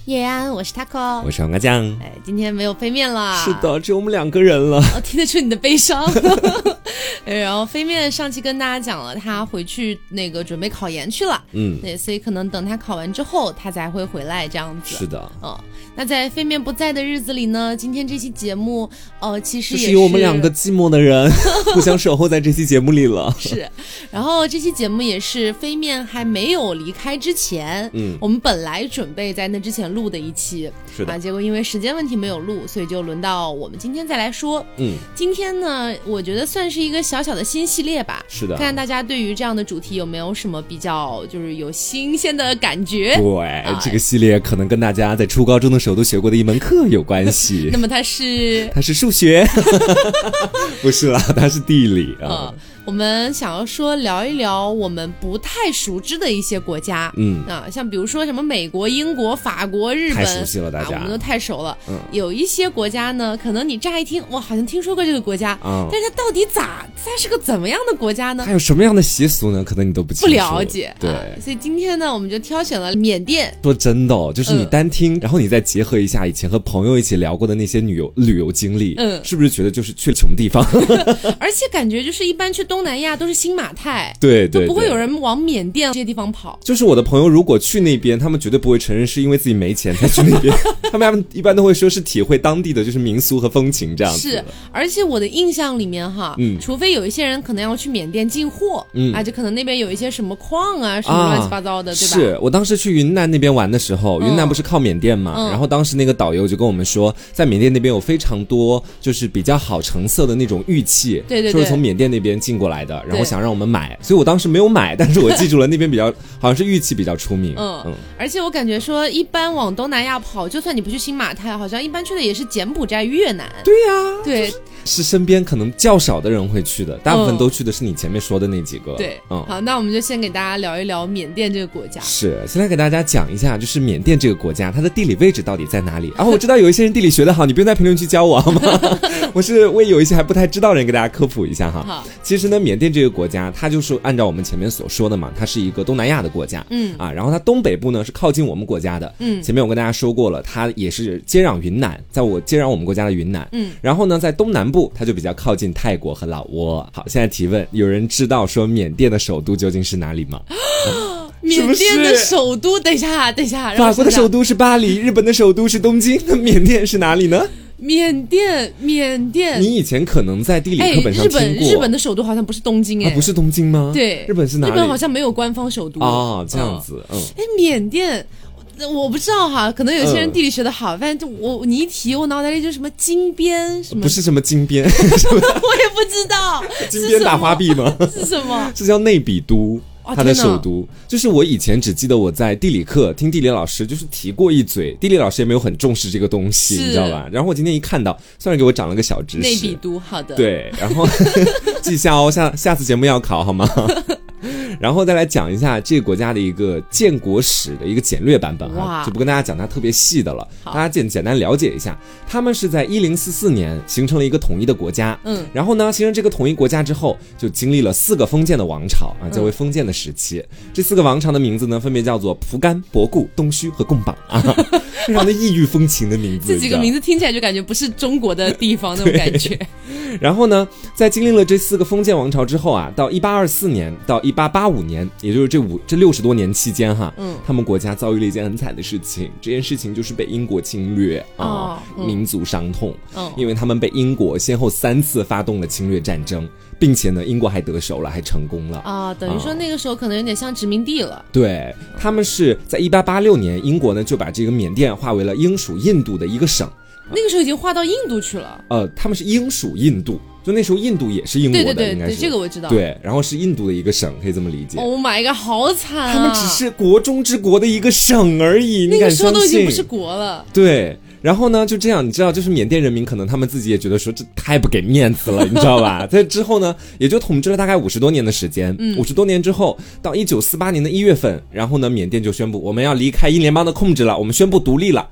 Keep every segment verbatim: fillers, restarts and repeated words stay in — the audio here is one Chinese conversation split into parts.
叶安，我是 Taco， 我是王阿酱。 哎，今天没有飞面了。 是的，只有我们两个人了。 我听得出你的悲伤。然后飞面上期跟大家讲了，他回去那个准备考研去了。嗯，对，所以可能等他考完之后，他才会回来这样子。 是的， 嗯，那在飞面不在的日子里呢，今天这期节目，呃，其实也是就是有我们两个寂寞的人互相守候在这期节目里了。 是，然后这期节目也是飞面还没有离开之前，嗯，我们本来准备在那之前录的一期， 是的， 啊，结果因为时间问题没有录，所以就轮到我们今天再来说。 嗯， 今天呢，我觉得算是一个小小的新系列吧。 是的， 看看大家对于这样的主题有没有什么比较就是有新鲜的感觉。 对、 啊， 这个系列可能跟大家在初高中的时候都学过的一门课有关系。 那么它是？ 它是数学？不是啦，它是地理啊。 嗯，我们想要说聊一聊我们不太熟知的一些国家，嗯啊，像比如说什么美国、英国、法国、日本， 太熟悉了，大家、 啊、我们都太熟了。 嗯， 有一些国家呢，可能你乍一听，哇，好像听说过这个国家，嗯，但是它到底咋，它是个怎么样的国家呢？ 它有什么样的习俗呢？可能你都不清楚， 不了解。 对、 啊，所以今天呢，我们就挑选了缅甸。 说真的、哦，就是你单听、嗯，然后你再结合一下以前和朋友一起聊过的那些旅游旅游经历，嗯，是不是觉得就是去了穷地方？ 而且感觉就是一般去东南亚都是新马泰， 对 对, 对， 都不会有人往缅甸这些地方跑。 就是我的朋友如果去那边，他们绝对不会承认是因为自己没钱才去那边，他们一般都会说是体会当地的就是民俗和风情这样子。 是，而且我的印象里面哈，嗯，除非有一些人可能要去缅甸进货，嗯，啊，就可能那边有一些什么矿啊，什么乱七八糟的，啊、对吧？ 是我当时去云南那边玩的时候，云南不是靠缅甸嘛、嗯，然后当时那个导游就跟我们说，在缅甸那边有非常多就是比较好成色的那种玉器， 对对对， 就是从缅甸那边进过来的，然后想让我们买，所以我当时没有买，但是我记住了那边比较好像是玉器比较出名， 嗯嗯，而且我感觉说一般往东南亚跑，就算你不去新马泰，好像一般去的也是柬埔寨、越南。 对呀、啊， 对。 就是是身边可能较少的人会去的，大部分都去的是你前面说的那几个。 嗯、对，嗯，好，那我们就先给大家聊一聊缅甸这个国家。 是，先来给大家讲一下，就是缅甸这个国家它的地理位置到底在哪里。然、啊、后我知道有一些人地理学得好，你不用在评论区教我好吗？我是为有一些还不太知道的人给大家科普一下哈。 好， 其实呢，缅甸这个国家它就是按照我们前面所说的嘛，它是一个东南亚的国家，嗯啊，然后它东北部呢是靠近我们国家的，嗯，前面我跟大家说过了，它也是接壤云南，在我接壤我们国家的云南，嗯，然后呢在东南部它就比较靠。靠近泰国和老挝。好，现在提问，有人知道说缅甸的首都究竟是哪里吗？ 缅甸的首都，等一下，等一下， 法国的首都是巴黎，日本的首都是东京，那缅甸是哪里呢？ 缅甸，缅甸， 你以前可能在地理课本上听过。 哎、日本日本的首都好像不是东京哎、 啊，不是东京吗？ 对， 日本是哪里？ 日本好像没有官方首都哦，这样子，嗯， 哎，缅甸。我不知道哈，可能有些人地理学得好，反正、嗯、我你一提，我脑袋里就什么金边什么， 不是什么金边， 我也不知道， 金边打花臂吗？ 是什么？ 是叫内比都。它的首都、哦、就是我以前只记得我在地理课听地理老师就是提过一嘴，地理老师也没有很重视这个东西，你知道吧？然后我今天一看到，算是给我长了个小知识。 内比都，好的。 对，然后记下哦，下下次节目要考好吗？然后再来讲一下这个国家的一个建国史的一个简略版本哈，就不跟大家讲它特别细的了，大家简简单了解一下。他们是在一零四四年形成了一个统一的国家，嗯，然后呢，形成这个统一国家之后，就经历了四个封建的王朝啊，叫为封建的时期。嗯、这四个王朝的名字呢，分别叫做蒲甘、博固、东须和贡榜啊，非常的异域风情的名字。 这几个名字听起来就感觉不是中国的地方那种感觉。 然后呢，在经历了这四个封建王朝之后啊，到一八二四年到一八八五年，也就是这五这六十多年期间哈，嗯，他们国家遭遇了一件很惨的事情，这件事情就是被英国侵略啊、哦嗯，民族伤痛，嗯，因为他们被英国先后三次发动了侵略战争，并且呢，英国还得手了，还成功了啊，等于说那个时候可能有点像殖民地了。 对，他们是在一八八六年，英国呢就把这个缅甸划为了英属印度的一个省。 那个时候已经划到印度去了。 呃，他们是英属印度，就那时候印度也是英国的， 对对对应该是对，这个我知道。 对，然后是印度的一个省，可以这么理解。 Oh my god， 好惨啊！ 他们只是国中之国的一个省而已， 那个时候你敢相信？ 都已经不是国了。 对。然后呢，就这样，你知道，就是缅甸人民可能他们自己也觉得说这太不给面子了，你知道吧？在之后呢，也就统治了大概五十多年的时间。嗯，五十多年之后，到一九四八年的一月份，然后呢，缅甸就宣布我们要离开英联邦的控制了，我们宣布独立了。嗯。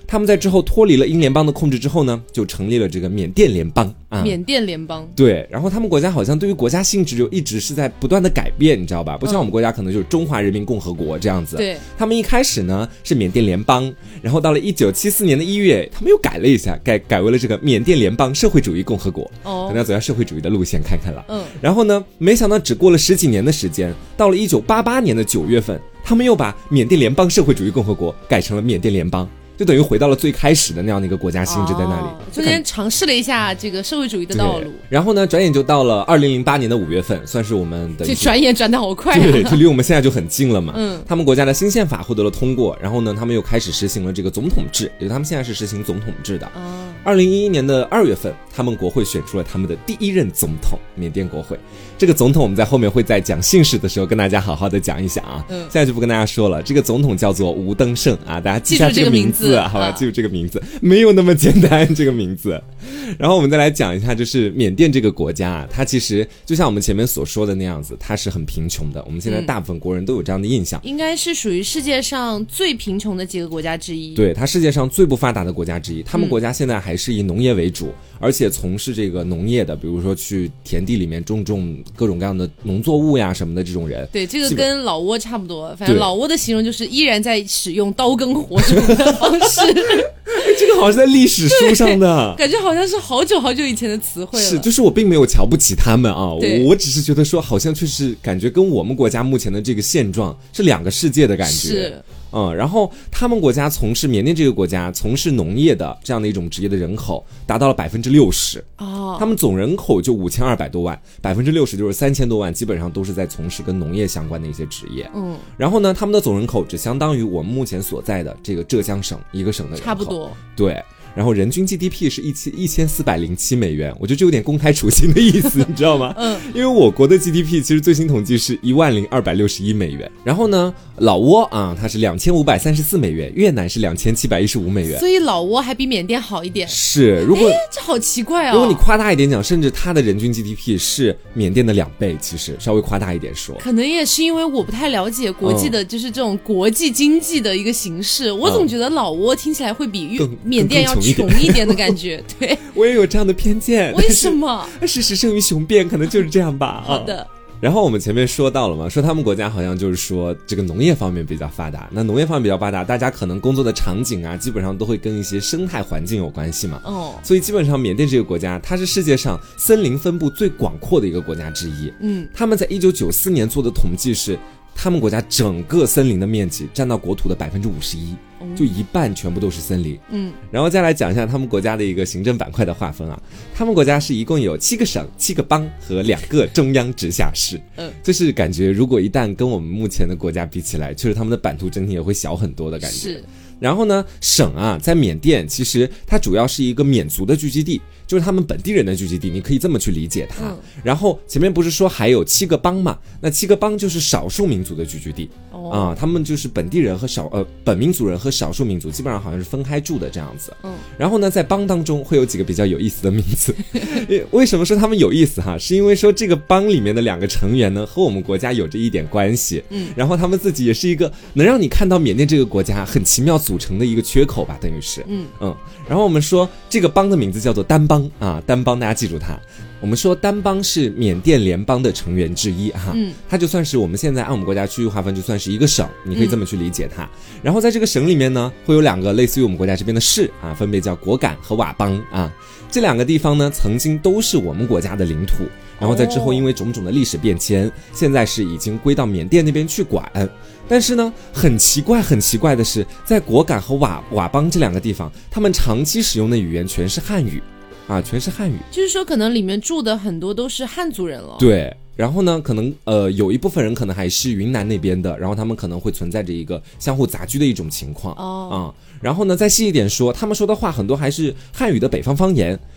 他们在之后脱离了英联邦的控制之后呢，就成立了这个缅甸联邦啊。 缅甸联邦， 对，然后他们国家好像对于国家性质就一直是在不断的改变，你知道吧？不像我们国家可能就是中华人民共和国这样子。 对， 他们一开始呢是缅甸联邦，然后到了一九七四年的一月，他们又改了一下，改改为了这个缅甸联邦社会主义共和国。哦，可能要走下社会主义的路线看看了。嗯，然后呢，没想到只过了十几年的时间，到了一九八八年的九月份，他们又把缅甸联邦社会主义共和国改成了缅甸联邦。就等于回到了最开始的那样的一个国家性质在那里， 哦、中间尝试了一下这个社会主义的道路。 然后呢，转眼就到了二零零八年的五月份，算是我们的。 这转眼转得好快、啊。 对，就离我们现在就很近了嘛。嗯。他们国家的新宪法获得了通过，然后呢，他们又开始实行了这个总统制，也就他们现在是实行总统制的。哦。二零一一年的二月份，他们国会选出了他们的第一任总统，缅甸国会。这个总统我们在后面会在讲姓氏的时候跟大家好好的讲一讲啊。嗯。现在就不跟大家说了，这个总统叫做吴登盛啊，大家记下这个名字，好吧？记住这个。名字没有那么简单，这个名字。然后我们再来讲一下，就是缅甸这个国家啊，它其实就像我们前面所说的那样子，它是很贫穷的。我们现在大部分国人都有这样的印象， 嗯、应该是属于世界上最贫穷的几个国家之一。 对，它世界上最不发达的国家之一。他们国家现在还是以农业为主，嗯、而且从事这个农业的，比如说去田地里面种种各种各样的农作物呀什么的这种人。 对，这个跟老挝差不多。反正老挝的形容就是依然在使用刀耕火种的方式。 这个好像是在历史书上的， 感觉好像是好久好久以前的词汇了。 是，就是我并没有瞧不起他们啊，我只是觉得说，好像确实感觉跟我们国家目前的这个现状是两个世界的感觉。 是。 嗯，然后他们国家从事缅甸这个国家从事农业的这样的一种职业的人口达到了百分之六十哦，他们总人口就五千二百多万，百分之六十就是三千多万，基本上都是在从事跟农业相关的一些职业。嗯，然后呢，他们的总人口只相当于我们目前所在的这个浙江省一个省的人口， 差不多。 对。然后人均 G D P 是一千一千四百零七美元，我觉得这有点公开处刑的意思，你知道吗？嗯，因为我国的 G D P 其实最新统计是一万零二百六十一美元。然后呢，老挝啊，它是两千五百三十四美元，越南是两千七百一十五美元。 所以老挝还比缅甸好一点。 是，如果这好奇怪哦。 如果你夸大一点讲，甚至它的人均 G D P 是缅甸的两倍，其实稍微夸大一点说， 可能也是因为我不太了解国际的，就是这种国际经济的一个形式，嗯、我总觉得老挝听起来会比缅甸要穷一点的感觉。感觉对， 我也有这样的偏见。 为什么？ 事实胜于雄辩，可能就是这样吧。 好的。 然后我们前面说到了嘛，说他们国家好像就是说这个农业方面比较发达。那农业方面比较发达，大家可能工作的场景啊，基本上都会跟一些生态环境有关系嘛。哦。所以基本上缅甸这个国家，它是世界上森林分布最广阔的一个国家之一。嗯。他们在一九九四年做的统计是，他们国家整个森林的面积占到国土的百分之五十一。就一半全部都是森林。嗯，然后再来讲一下他们国家的一个行政板块的划分啊。他们国家是一共有七个省、七个邦和两个中央直辖市。嗯，就是感觉如果一旦跟我们目前的国家比起来，确实他们的版图整体也会小很多的感觉。 是。 然后呢，省啊，在缅甸其实它主要是一个缅族的聚集地，就是他们本地人的聚集地，你可以这么去理解它。嗯、然后前面不是说还有七个邦嘛？那七个邦就是少数民族的聚居地。哦、啊，他们就是本地人和少呃本民族人和少数民族基本上好像是分开住的这样子。嗯。然后呢，在邦当中会有几个比较有意思的名字。为什么说他们有意思哈？是因为说这个邦里面的两个成员呢和我们国家有着一点关系。嗯。然后他们自己也是一个能让你看到缅甸这个国家很奇妙组成的一个缺口吧，等于是。嗯嗯。然后我们说这个邦的名字叫做丹邦啊，丹邦大家记住它。我们说丹邦是缅甸联邦的成员之一哈，嗯，它就算是我们现在按我们国家区域划分，就算是一个省，你可以这么去理解它。嗯、然后在这个省里面呢，会有两个类似于我们国家这边的市啊，分别叫果敢和佤邦啊。这两个地方呢，曾经都是我们国家的领土，然后在之后因为种种的历史变迁，现在是已经归到缅甸那边去管。但是呢，很奇怪很奇怪的是，在果敢和佤佤邦这两个地方，他们长期使用的语言全是汉语。啊，全是汉语， 就是说可能里面住的很多都是汉族人了。 对，然后呢，可能呃有一部分人可能还是云南那边的，然后他们可能会存在着一个相互杂居的一种情况。哦，啊、嗯，然后呢，再细一点说，他们说的话很多还是汉语的北方方言。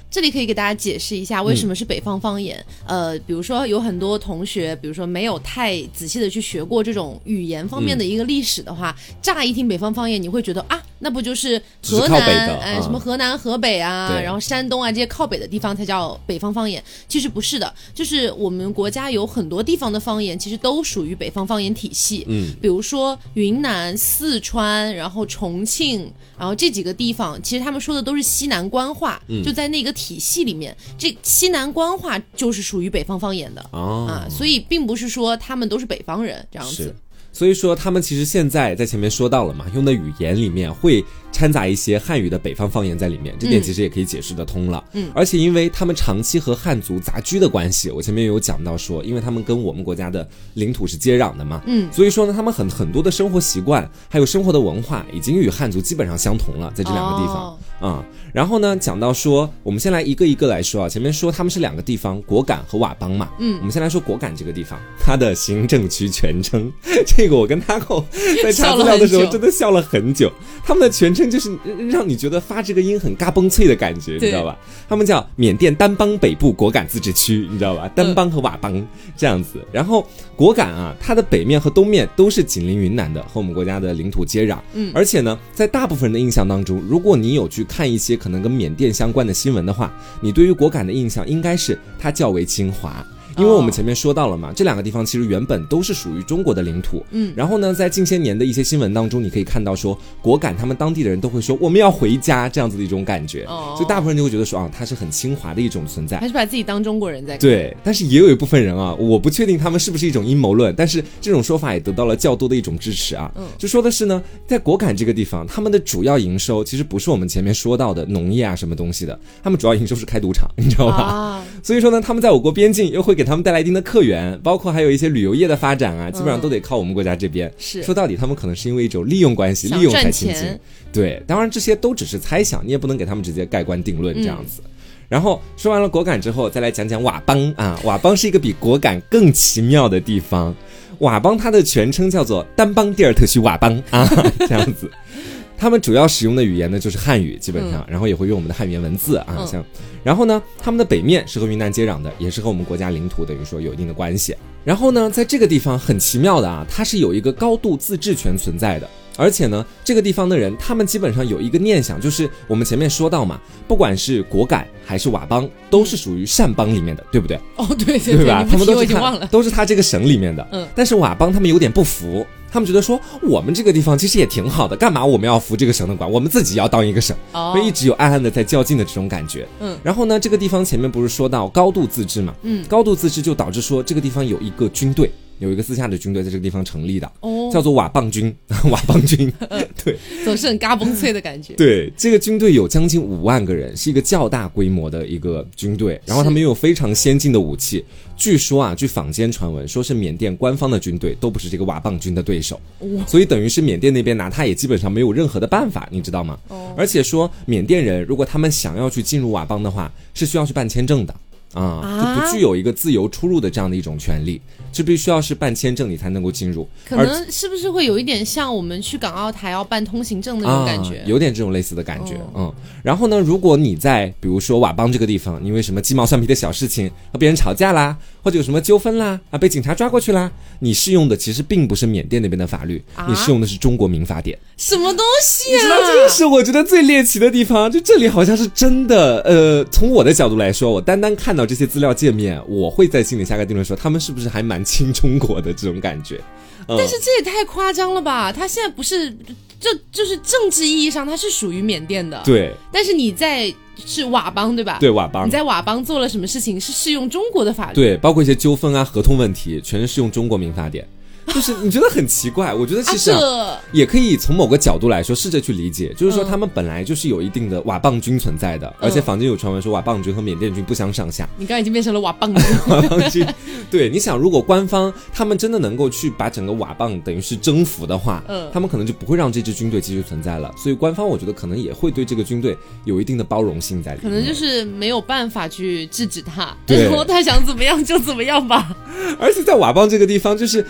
这里可以给大家解释一下为什么是北方方言。嗯、呃，比如说有很多同学，比如说没有太仔细的去学过这种语言方面的一个历史的话，嗯、乍一听北方方言，你会觉得啊，那不就是河南，哎、呃，什么河南、河北啊，然后山东啊这些靠北的地方才叫北方方言？其实不是的，就是我们国家有很多地方的方言，其实都属于北方方言体系。嗯，比如说云南、四川，然后重庆，然后这几个地方，其实他们说的都是西南官话，嗯、就在那个体系里面，这西南官话就是属于北方方言的、哦、啊，所以并不是说他们都是北方人这样子。 所以说他们其实现在在前面说到了嘛，用的语言里面会掺杂一些汉语的北方方言在里面，这点其实也可以解释得通了。嗯，而且因为他们长期和汉族杂居的关系，我前面有讲到说，因为他们跟我们国家的领土是接壤的嘛，嗯，所以说呢，他们很很多的生活习惯还有生活的文化已经与汉族基本上相同了，在这两个地方啊、哦嗯。然后呢，讲到说，我们先来一个一个来说啊，前面说他们是两个地方，果敢和佤邦嘛，嗯，我们先来说果敢这个地方，它的行政区全称，这个我跟他后在查资料的时候真的笑了很久，他们的全称就是让你觉得发这个音很嘎嘣脆的感觉，你知道吧？他们叫缅甸丹邦北部果敢自治区，你知道吧？丹邦和佤邦这样子。然后果敢啊，它的北面和东面都是紧邻云南的，和我们国家的领土接壤。嗯，而且呢，在大部分人的印象当中，如果你有去看一些可能跟缅甸相关的新闻的话，你对于果敢的印象应该是它较为亲华。因为我们前面说到了嘛，这两个地方其实原本都是属于中国的领土，嗯，然后呢，在近些年的一些新闻当中，你可以看到说，果敢他们当地的人都会说我们要回家这样子的一种感觉，哦，所以大部分人就会觉得说啊，它是很亲华的一种存在， 还是把自己当中国人在看。 对，但是也有一部分人啊，我不确定他们是不是一种阴谋论，但是这种说法也得到了较多的一种支持啊，嗯，就说的是呢，在果敢这个地方，他们的主要营收其实不是我们前面说到的农业啊什么东西的，他们主要营收是开赌场，你知道吧？啊，所以说呢，他们在我国边境又会给他们带来一定的客源。包括还有一些旅游业的发展啊，基本上都得靠我们国家这边。是、嗯、说到底，他们可能是因为一种利用关系，利用才亲近。对，当然这些都只是猜想，你也不能给他们直接盖棺定论这样子。嗯、然后说完了果敢之后，再来讲讲佤邦啊。佤邦是一个比果敢更奇妙的地方。佤邦它的全称叫做丹邦第二特区佤邦啊，这样子。他们主要使用的语言呢就是汉语，基本上，嗯、然后也会用我们的汉语言文字啊，嗯、像，然后呢，他们的北面是和云南接壤的，也是和我们国家领土等于说有一定的关系。然后呢，在这个地方很奇妙的啊，它是有一个高度自治权存在的。而且呢，这个地方的人，他们基本上有一个念想，就是我们前面说到嘛，不管是果敢还是佤邦，都是属于善邦里面的，对不对？ 哦，对对对，对吧？他们都是他都是他这个省里面的。嗯，但是佤邦他们有点不服，他们觉得说我们这个地方其实也挺好的，干嘛我们要服这个省的管？我们自己要当一个省，哦，所以一直有暗暗的在较劲的这种感觉。嗯，然后呢，这个地方前面不是说到高度自治嘛？嗯，高度自治就导致说这个地方有一个军队。有一个私下的军队在这个地方成立的，哦，叫做佤邦军，佤邦军，对， 总是很嘎嘣脆的感觉。 对，这个军队有将近五万个人，是一个较大规模的一个军队，然后他们拥有非常先进的武器。据说啊，据坊间传闻，说是缅甸官方的军队都不是这个佤邦军的对手，哦，所以等于是缅甸那边拿他也基本上没有任何的办法，你知道吗？哦，而且说缅甸人如果他们想要去进入佤邦的话，是需要去办签证的。啊，就不具有一个自由出入的这样的一种权利，就必须要是办签证你才能够进入。 可能是不是会有一点像我们去港澳台要办通行证的那种感觉， 啊，有点这种类似的感觉。哦，嗯。然后呢，如果你在比如说佤邦这个地方，因为什么鸡毛蒜皮的小事情和别人吵架啦，或者有什么纠纷啦，啊，被警察抓过去啦，你适用的其实并不是缅甸那边的法律，啊，你适用的是中国民法典。 什么东西啊？ 你知道这个是我觉得最猎奇的地方，就这里好像是真的。呃，从我的角度来说，我单单看到这些资料界面，我会在心里下个定论说，他们是不是还蛮亲中国的这种感觉。 嗯，但是这也太夸张了吧？他现在不是就就是政治意义上他是属于缅甸的， 对， 但是你在是佤邦对吧？ 对，佤邦， 你在佤邦做了什么事情是适用中国的法律？ 对，包括一些纠纷啊、合同问题，全是适用中国民法典。就是你觉得很奇怪，我觉得其实、啊啊、也可以从某个角度来说试着去理解，就是说他们本来就是有一定的佤邦军存在的，嗯，而且坊间有传闻说佤邦军和缅甸军不相上下。 你刚才已经变成了佤邦军。 佤邦军，对，你想如果官方他们真的能够去把整个佤邦等于是征服的话，嗯，他们可能就不会让这支军队继续存在了。所以官方我觉得可能也会对这个军队有一定的包容性在里面， 可能就是没有办法去制止他，然后他想怎么样就怎么样吧。 而且在佤邦这个地方，就是呃。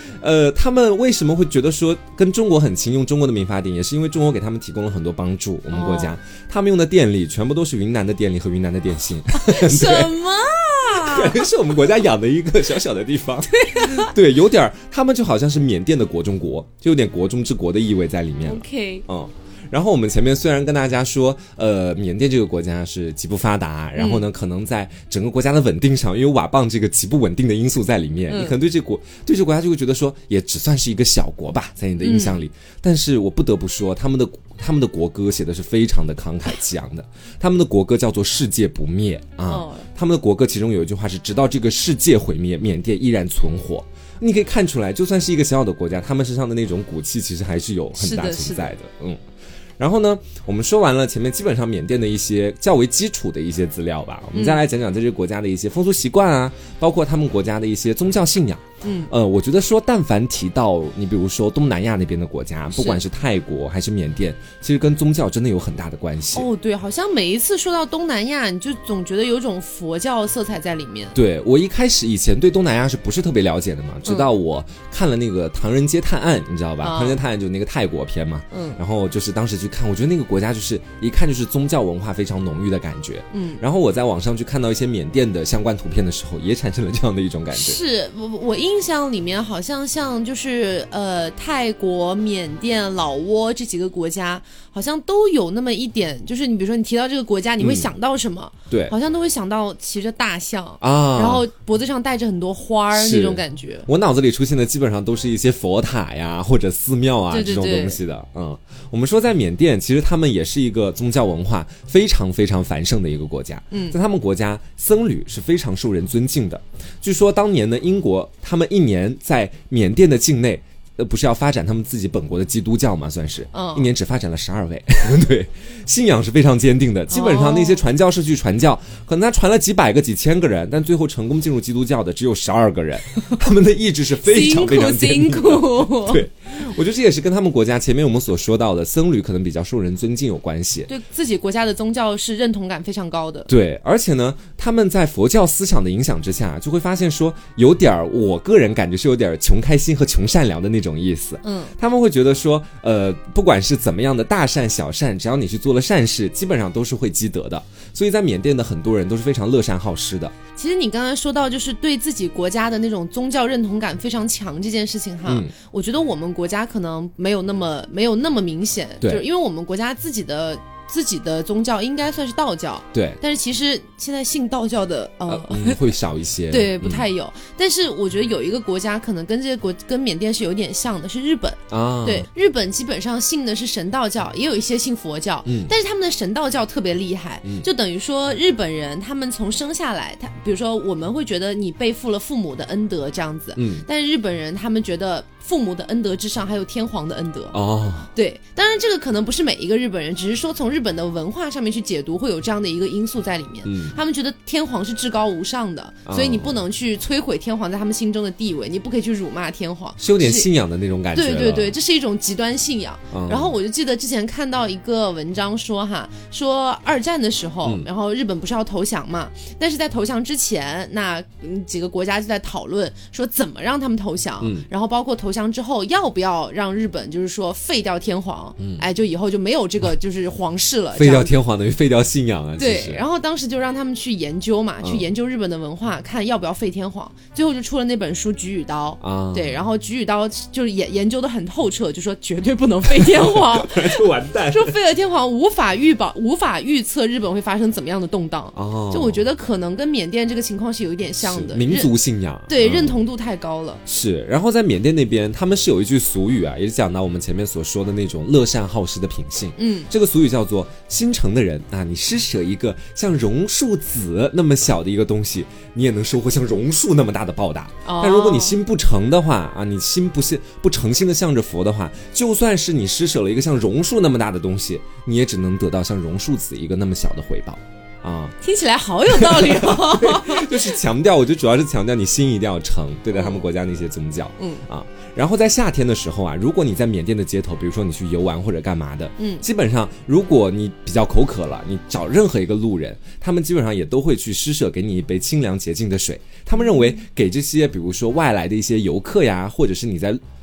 呃，他们为什么会觉得说跟中国很亲，用中国的民法典，也是因为中国给他们提供了很多帮助。我们国家、哦、他们用的电力全部都是云南的电力和云南的电信。 什么？ 感觉是我们国家养的一个小小的地方。对、啊、对，有点他们就好像是缅甸的国中国，就有点国中之国的意味在里面了。 OK， 嗯。然后我们前面虽然跟大家说，呃，缅甸这个国家是极不发达，然后呢，可能在整个国家的稳定上，因为瓦邦这个极不稳定的因素在里面，嗯、你可能对这个国对这个国家就会觉得说，也只算是一个小国吧，在你的印象里。嗯、但是我不得不说，他们的他们的国歌写的是非常的慷慨激昂的，他们的国歌叫做“世界不灭”啊，哦、他们的国歌其中有一句话是“直到这个世界毁灭，缅甸依然存活”。你可以看出来，就算是一个小小的国家，他们身上的那种骨气其实还是有很大存在的，嗯。然后呢，我们说完了前面基本上缅甸的一些较为基础的一些资料吧，我们再来讲讲在这个国家的一些风俗习惯啊，包括他们国家的一些宗教信仰。嗯，呃，我觉得说，但凡提到你比如说东南亚那边的国家，不管是泰国还是缅甸，其实跟宗教真的有很大的关系。 哦，对，好像每一次说到东南亚，你就总觉得有种佛教色彩在里面。 对，我一开始以前对东南亚是不是特别了解的嘛？直到我看了那个《唐人街探案》，你知道吧？嗯、唐人街探案就是那个泰国片嘛。嗯。然后就是当时去看，我觉得那个国家就是一看就是宗教文化非常浓郁的感觉。嗯。然后我在网上去看到一些缅甸的相关图片的时候，也产生了这样的一种感觉。 是我我印象里面好像像就是呃泰国、缅甸、老挝这几个国家，好像都有那么一点，就是你比如说你提到这个国家，你会想到什么？嗯、对，好像都会想到骑着大象啊，然后脖子上戴着很多花儿那种感觉。 我脑子里出现的基本上都是一些佛塔呀或者寺庙啊，对对对，这种东西的。嗯，我们说在缅甸，其实他们也是一个宗教文化非常非常繁盛的一个国家。嗯，在他们国家，僧侣是非常受人尊敬的。据说当年呢，英国他们一年在在缅甸的境内，呃，不是要发展他们自己本国的基督教嘛？算是，嗯、一年只发展了十二位，对，信仰是非常坚定的。基本上那些传教士去传教，可能他传了几百个、几千个人，但最后成功进入基督教的只有十二个人。他们的意志是非常非常坚定的。辛苦，辛苦。对，我觉得这也是跟他们国家前面我们所说到的僧侣可能比较受人尊敬有关系。 对自己国家的宗教是认同感非常高的。 对，而且呢，他们在佛教思想的影响之下，就会发现说，有点我个人感觉是有点穷开心和穷善良的那种意思。嗯，他们会觉得说，呃，不管是怎么样的大善小善，只要你去做了善事，基本上都是会积德的。所以在缅甸的很多人都是非常乐善好施的。 其实你刚才说到就是对自己国家的那种宗教认同感非常强这件事情哈，嗯、我觉得我们国家可能没有那么没有那么明显，对，就是因为我们国家自己的。自己的宗教应该算是道教，对，但是其实现在信道教的呃、呃嗯、会少一些， 对，不太有、嗯。但是我觉得有一个国家可能跟这个国跟缅甸是有点像的，是日本啊。对，日本基本上信的是神道教，也有一些信佛教，嗯，但是他们的神道教特别厉害，嗯、就等于说日本人他们从生下来，他比如说我们会觉得你背负了父母的恩德这样子，嗯，但是日本人他们觉得。父母的恩德之上还有天皇的恩德哦，对，当然这个可能不是每一个日本人，只是说从日本的文化上面去解读会有这样的一个因素在里面。嗯，他们觉得天皇是至高无上的，哦、所以你不能去摧毁天皇在他们心中的地位，你不可以去辱骂天皇， 是有点信仰的那种感觉。 对对对，这是一种极端信仰。嗯、然后我就记得之前看到一个文章说哈，说二战的时候，嗯、然后日本不是要投降嘛，但是在投降之前，那几个国家就在讨论说怎么让他们投降，嗯、然后包括投降之后要不要让日本就是说废掉天皇，嗯、哎，就以后就没有这个就是皇室了。 废掉天皇等于废掉信仰啊。 对，然后当时就让他们去研究嘛，嗯、去研究日本的文化，看要不要废天皇。最后就出了那本书《菊与刀》啊，对，然后《菊与刀》就是研研究的很透彻，就说绝对不能废天皇， 不然就完蛋。 说废了天皇无法预保、无法预测日本会发生怎么样的动荡。哦，就我觉得可能跟缅甸这个情况是有一点像的， 民族信仰， 对、嗯、认同度太高了。 是，然后在缅甸那边，他们是有一句俗语啊，也是讲到我们前面所说的那种乐善好施的品性。嗯，这个俗语叫做“心诚的人啊，你施舍一个像榕树籽那么小的一个东西，你也能收获像榕树那么大的报答。哦、但如果你心不诚的话啊，你心不信不诚心的向着佛的话，就算是你施舍了一个像榕树那么大的东西，你也只能得到像榕树籽一个那么小的回报。啊， 听起来好有道理哦。 就是强调，我觉得主要是强调你心一定要诚，对待他们国家那些宗教。嗯啊，然后在夏天的时候啊，如果你在缅甸的街头，比如说你去游玩或者干嘛的，嗯，基本上如果你比较口渴了，你找任何一个路人，他们基本上也都会去施舍给你一杯清凉洁净的水。他们认为给这些比如说外来的一些游客呀，或者是你在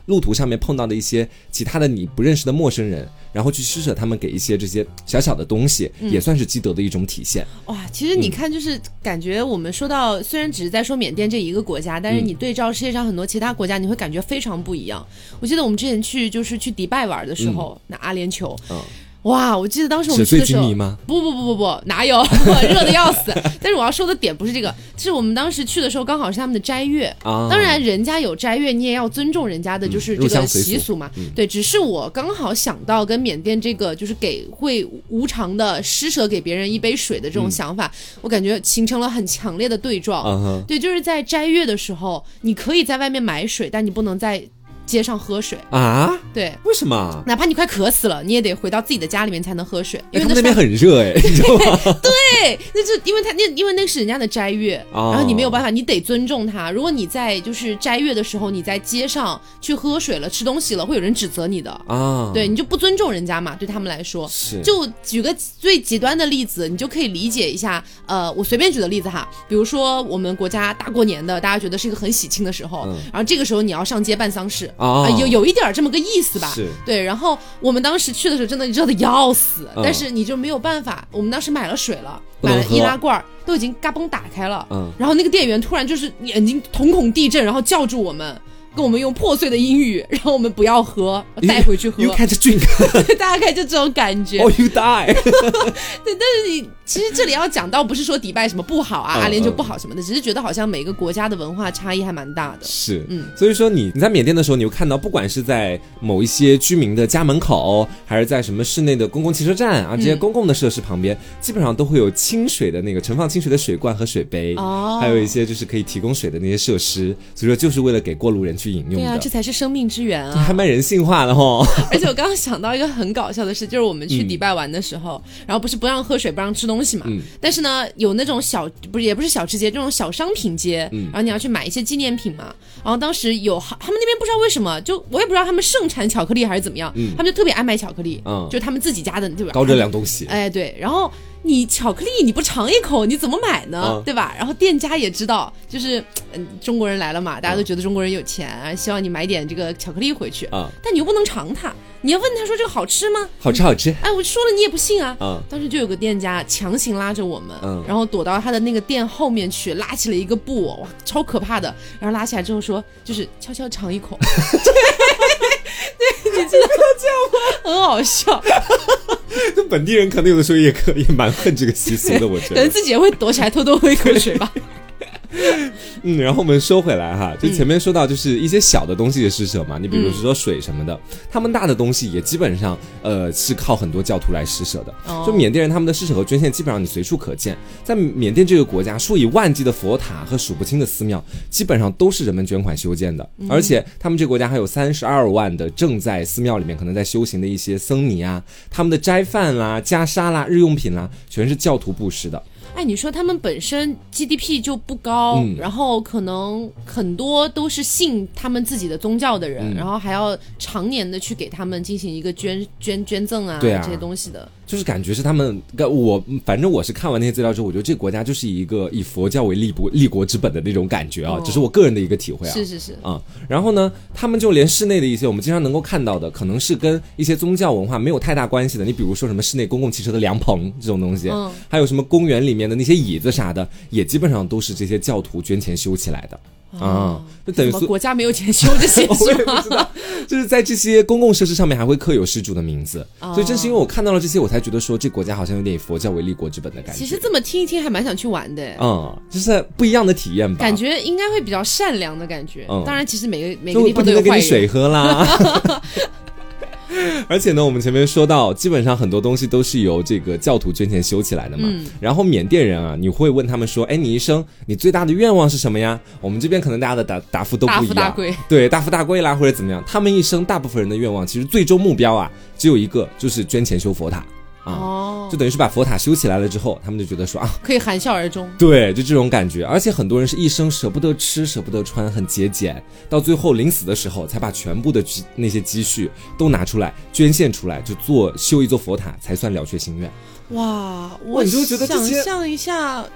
路途上面碰到的一些其他的你不认识的陌生人，然后去施舍他们给一些这些小小的东西、嗯、也算是积德的一种体现。 哇，其实你看就是感觉我们说到、嗯、虽然只是在说缅甸这一个国家，但是你对照世界上很多其他国家你会感觉非常不一样。我记得我们之前去就是去迪拜玩的时候、嗯、那阿联酋、嗯哇，我记得当时我们去的时候， 纸醉金迷吗？ 不不不不不，哪有，热的要死。但是我要说的点不是这个，是我们当时去的时候刚好是他们的斋月、啊、当然人家有斋月，你也要尊重人家的就是这个习俗嘛、嗯嗯、对，只是我刚好想到跟缅甸这个就是给会无偿的施舍给别人一杯水的这种想法、嗯、我感觉形成了很强烈的对撞、啊、对，就是在斋月的时候你可以在外面买水，但你不能在街上喝水啊？ 对， 为什么？ 哪怕你快渴死了，你也得回到自己的家里面才能喝水，因为他们那边很热哎、欸，你知道吗？ 对，那是因为他那因为那是人家的斋月、哦，然后你没有办法，你得尊重他。如果你在就是斋月的时候，你在街上去喝水了、吃东西了，会有人指责你的啊、哦。对，你就不尊重人家嘛，对他们来说。 是。就举个最极端的例子，你就可以理解一下。呃，我随便举的例子哈，比如说我们国家大过年的，大家觉得是一个很喜庆的时候，嗯、然后这个时候你要上街办丧事。 哦、 呃，有有一点这么个意思吧， 是对。然后我们当时去的时候真的热的要死、嗯，但是你就没有办法。我们当时买了水了，买了易拉罐，都已经嘎嘣打开了，嗯，然后那个店员突然就是眼睛瞳孔地震，然后叫住我们。跟我们用破碎的英语，然后我们不要喝，带回去喝。 You can't drink 大概就这种感觉。 Oh, you die 对，但是你其实这里要讲到，不是说迪拜什么不好啊，嗯、阿联酋不好什么的，只是觉得好像每个国家的文化差异还蛮大的。 是，嗯，所以说你你在缅甸的时候，你会看到，不管是在某一些居民的家门口，还是在什么室内的公共汽车站啊，这些公共的设施旁边，嗯、基本上都会有清水的那个盛放清水的水罐和水杯，哦，还有一些就是可以提供水的那些设施，所以说就是为了给过路人去饮用的。 对啊，这才是生命之源啊！ 还蛮人性化的齁。 而且我刚刚想到一个很搞笑的事，就是我们去迪拜玩的时候，嗯、然后不是不让喝水、不让吃东西嘛？嗯、但是呢，有那种小不是也不是小吃街，这种小商品街，嗯、然后你要去买一些纪念品嘛。然后当时有他们那边不知道为什么，就我也不知道他们盛产巧克力还是怎么样，嗯、他们就特别爱卖巧克力，嗯、就是他们自己家的，对吧？ 高热量东西。 哎，对，然后。你巧克力你不尝一口你怎么买呢、嗯、对吧？然后店家也知道就是嗯中国人来了嘛，大家都觉得中国人有钱、嗯、希望你买点这个巧克力回去、嗯、但你又不能尝它，你要问他说这个好吃吗？ 好吃好吃， 哎，我说了你也不信啊、嗯、当时就有个店家强行拉着我们、嗯、然后躲到他的那个店后面去，拉起了一个布，哇超可怕的，然后拉起来之后说就是悄悄尝一口对，你知道这样吗？很好笑就本地人可能有的时候也可以蛮恨这个习俗的，我觉得可能自己也会躲起来偷偷喝一口水吧嗯，然后我们说回来哈，就前面说到就是一些小的东西的施舍嘛，你比如说水什么的，嗯、他们大的东西也基本上呃是靠很多教徒来施舍的。哦、就缅甸人他们的施舍和捐献基本上你随处可见，在缅甸这个国家，数以万计的佛塔和数不清的寺庙，基本上都是人们捐款修建的，嗯、而且他们这个国家还有三十二万的正在寺庙里面可能在修行的一些僧尼啊，他们的斋饭啦、袈裟啦、日用品啦，全是教徒布施的。 哎，你说他们本身 G D P 就不高、嗯、然后可能很多都是信他们自己的宗教的人、嗯、然后还要常年的去给他们进行一个捐捐捐赠啊， 对啊， 这些东西的， 就是感觉是他们我反正我是看完那些资料之后，我觉得这个国家就是一个以佛教为立国立国之本的那种感觉啊、哦，只是我个人的一个体会啊。 是是是啊、 嗯，然后呢，他们就连室内的一些我们经常能够看到的，可能是跟一些宗教文化没有太大关系的，你比如说什么室内公共汽车的凉棚这种东西，嗯，还有什么公园里面的那些椅子啥的，也基本上都是这些教徒捐钱修起来的。啊、嗯，就等于国家没有钱修这些是吗？ 我也不知道，就是在这些公共设施上面还会刻有施主的名字、哦，所以正是因为我看到了这些，我才觉得说这国家好像有点以佛教为立国之本的感觉。 其实这么听一听，还蛮想去玩的。 嗯，就是不一样的体验吧。 感觉应该会比较善良的感觉。嗯，当然，其实每个每个地方都有坏人。 就不停地给你水喝啦。而且呢，我们前面说到，基本上很多东西都是由这个教徒捐钱修起来的嘛。嗯、然后缅甸人啊，你会问他们说：“哎，你一生你最大的愿望是什么呀？”我们这边可能大家的答答复都不一样，大富大贵，对，大富大贵啦，或者怎么样。他们一生大部分人的愿望，其实最终目标啊，只有一个，就是捐钱修佛塔。啊、哦，就等于是把佛塔修起来了之后，他们就觉得说啊， 可以含笑而终。 对，就这种感觉。而且很多人是一生舍不得吃、舍不得穿，很节俭，到最后临死的时候，才把全部的那些积蓄都拿出来捐献出来，就做修一座佛塔，才算了却心愿。 哇，我你就觉得这些想象一下。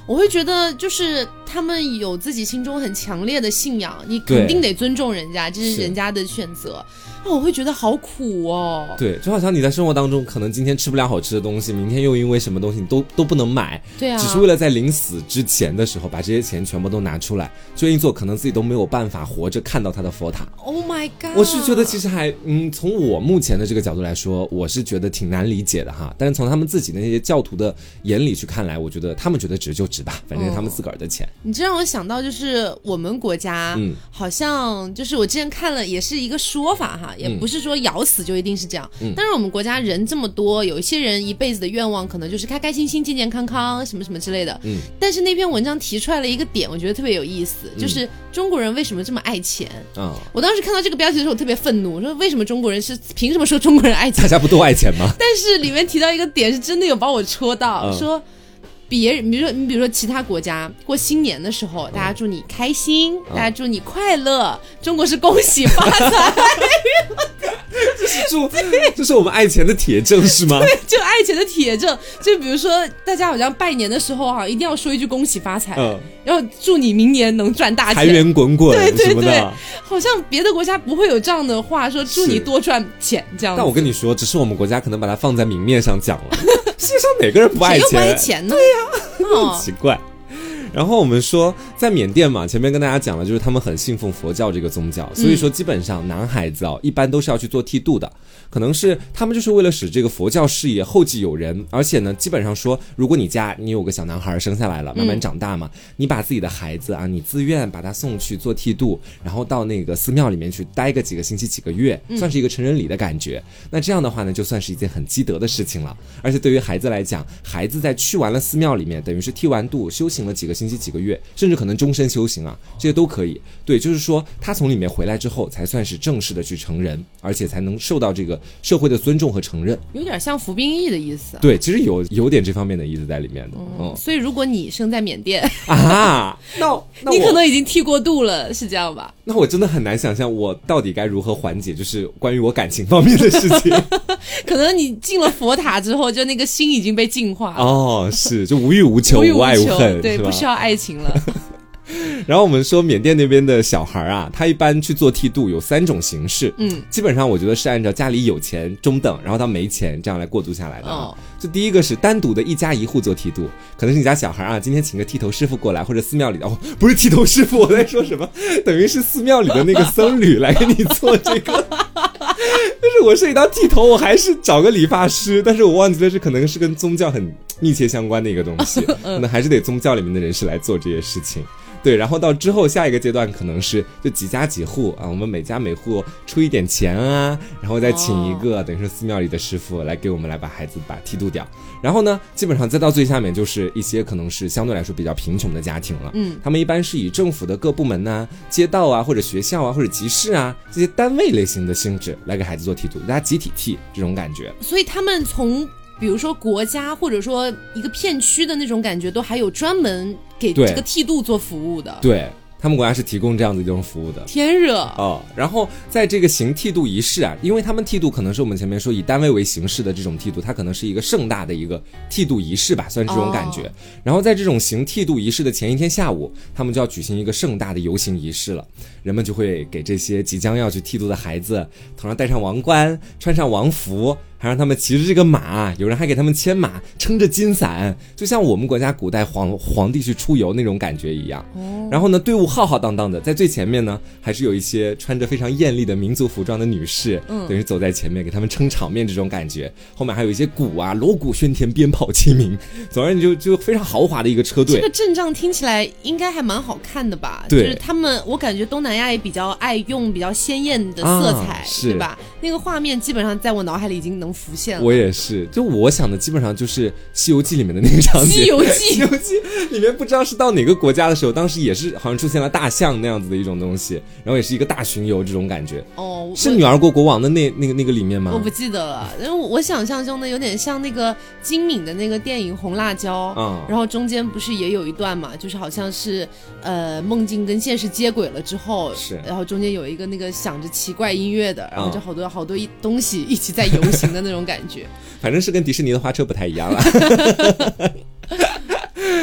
我会觉得就是他们有自己心中很强烈的信仰，你肯定得尊重人家，这是人家的选择。那我会觉得好苦哦。 对，就好像你在生活当中可能今天吃不了好吃的东西，明天又因为什么东西你都都不能买， 对啊， 只是为了在临死之前的时候把这些钱全部都拿出来，就愿意做可能自己都没有办法活着看到他的佛塔。 Oh my god， 我是觉得其实还嗯，从我目前的这个角度来说，我是觉得挺难理解的哈。但是从他们自己那些教徒的眼里去看来，我觉得他们觉得值就值吧，反正是他们自个儿的钱、 嗯、你这让我想到就是我们国家、嗯、好像就是我之前看了也是一个说法哈，也不是说咬死就一定是这样、嗯、但是我们国家人这么多，有一些人一辈子的愿望可能就是开开心心健健康康什么什么之类的、嗯、但是那篇文章提出来了一个点，我觉得特别有意思、嗯、就是中国人为什么这么爱钱、嗯、我当时看到这个标题的时候我特别愤怒，我说为什么中国人是凭什么说中国人爱钱， 大家不都爱钱吗？ 但是里面提到一个点是真的有把我戳到、嗯、说别人比如说你比如说其他国家过新年的时候、嗯、大家祝你开心、嗯、大家祝你快乐，中国是恭喜发财这是祝这是我们爱钱的铁证是吗？ 对，就爱钱的铁证。就比如说大家好像拜年的时候哈、啊，一定要说一句恭喜发财、嗯、然后祝你明年能赚大钱， 财源滚滚， 对对对， 的好像别的国家不会有这样的话说祝你多赚钱这样子。 但我跟你说，只是我们国家可能把它放在明面上讲了世界上哪个人不爱钱？ 谁又不爱钱呢？ 对呀、啊，很奇怪。然后我们说在缅甸嘛，前面跟大家讲了，就是他们很信奉佛教这个宗教，所以说基本上男孩子哦，一般都是要去做剃度的，可能是他们就是为了使这个佛教事业后继有人，而且呢，基本上说，如果你家你有个小男孩生下来了，慢慢长大嘛，嗯、你把自己的孩子啊，你自愿把他送去做剃度，然后到那个寺庙里面去待个几个星期几个月，算是一个成人礼的感觉。嗯、那这样的话呢，就算是一件很积德的事情了。而且对于孩子来讲，孩子在去完了寺庙里面，等于是剃完度，修行了几个星期几个月，甚至可能终身修行啊，这些都可以。对，就是说他从里面回来之后，才算是正式的去成人，而且才能受到这个社会的尊重和承认。 有点像服兵役的意思、啊。 对，其实有有点这方面的意思在里面的。嗯， 嗯所以如果你生在缅甸啊，那, 那你可能已经剃过度了，是这样吧？ 那我真的很难想象我到底该如何缓解，就是关于我感情方面的事情。 可能你进了佛塔之后，就那个心已经被净化了。 哦，是，就无欲无求，无爱无恨， 对，不需要爱情了。 然后我们说缅甸那边的小孩啊，他一般去做剃度有三种形式，嗯，基本上我觉得是按照家里有钱、中等，然后到没钱这样来过渡下来的。哦，就第一个是单独的一家一户做剃度，可能是你家小孩啊，今天请个剃头师傅过来，或者寺庙里的哦，不是剃头师傅，我在说什么？等于是寺庙里的那个僧侣来给你做这个。但是我涉及到剃头，我还是找个理发师，但是我忘记了这可能是跟宗教很密切相关的一个东西，可能还是得宗教里面的人士来做这些事情。对，然后到之后下一个阶段可能是就几家几户啊，我们每家每户出一点钱啊，然后再请一个、哦、等于是寺庙里的师傅来给我们来把孩子把剃度掉。然后呢，基本上再到最下面就是一些可能是相对来说比较贫穷的家庭了，嗯，他们一般是以政府的各部门啊、街道啊或者学校啊或者集市啊这些单位类型的性质来给孩子做剃度，大家集体剃这种感觉。 所以他们从比如说国家或者说一个片区的那种感觉，都还有专门给这个剃度做服务的。 对，他们国家是提供这样的一种服务的。 天热哦，然后在这个行剃度仪式啊，因为他们剃度可能是我们前面说以单位为形式的这种剃度，它可能是一个盛大的一个剃度仪式吧，算是这种感觉。哦、然后在这种行剃度仪式的前一天下午，他们就要举行一个盛大的游行仪式了。人们就会给这些即将要去剃度的孩子头上戴上王冠，穿上王服，还让他们骑着这个马，有人还给他们牵马，撑着金伞，就像我们国家古代皇皇帝去出游那种感觉一样。哦、然后呢，队伍浩浩荡荡的，在最前面呢，还是有一些穿着非常艳丽的民族服装的女士，嗯，等于走在前面给他们撑场面这种感觉。后面还有一些鼓啊，锣鼓喧天，鞭炮齐鸣，总而言之就就非常豪华的一个车队。 这个阵仗听起来应该还蛮好看的吧？ 对， 就是他们，我感觉东南亚也比较爱用比较鲜艳的色彩，啊、是对吧？那个画面基本上在我脑海里已经能浮现了。 我也是，就我想的基本上就是《西游记》里面的那个场景。 西游记， 西游记里面不知道是到哪个国家的时候，当时也是好像出现了大象那样子的一种东西，然后也是一个大巡游这种感觉。哦，是女儿国国王的那那个那个里面吗？ 我不记得了，因为我想象中的有点像那个金敏的那个电影《红辣椒》，嗯，然后中间不是也有一段嘛，就是好像是呃梦境跟现实接轨了之后， 是， 然后中间有一个那个响着奇怪音乐的，然后就好多、嗯、好多东西一起在游行的那种感觉。 反正是跟迪士尼的花车不太一样了。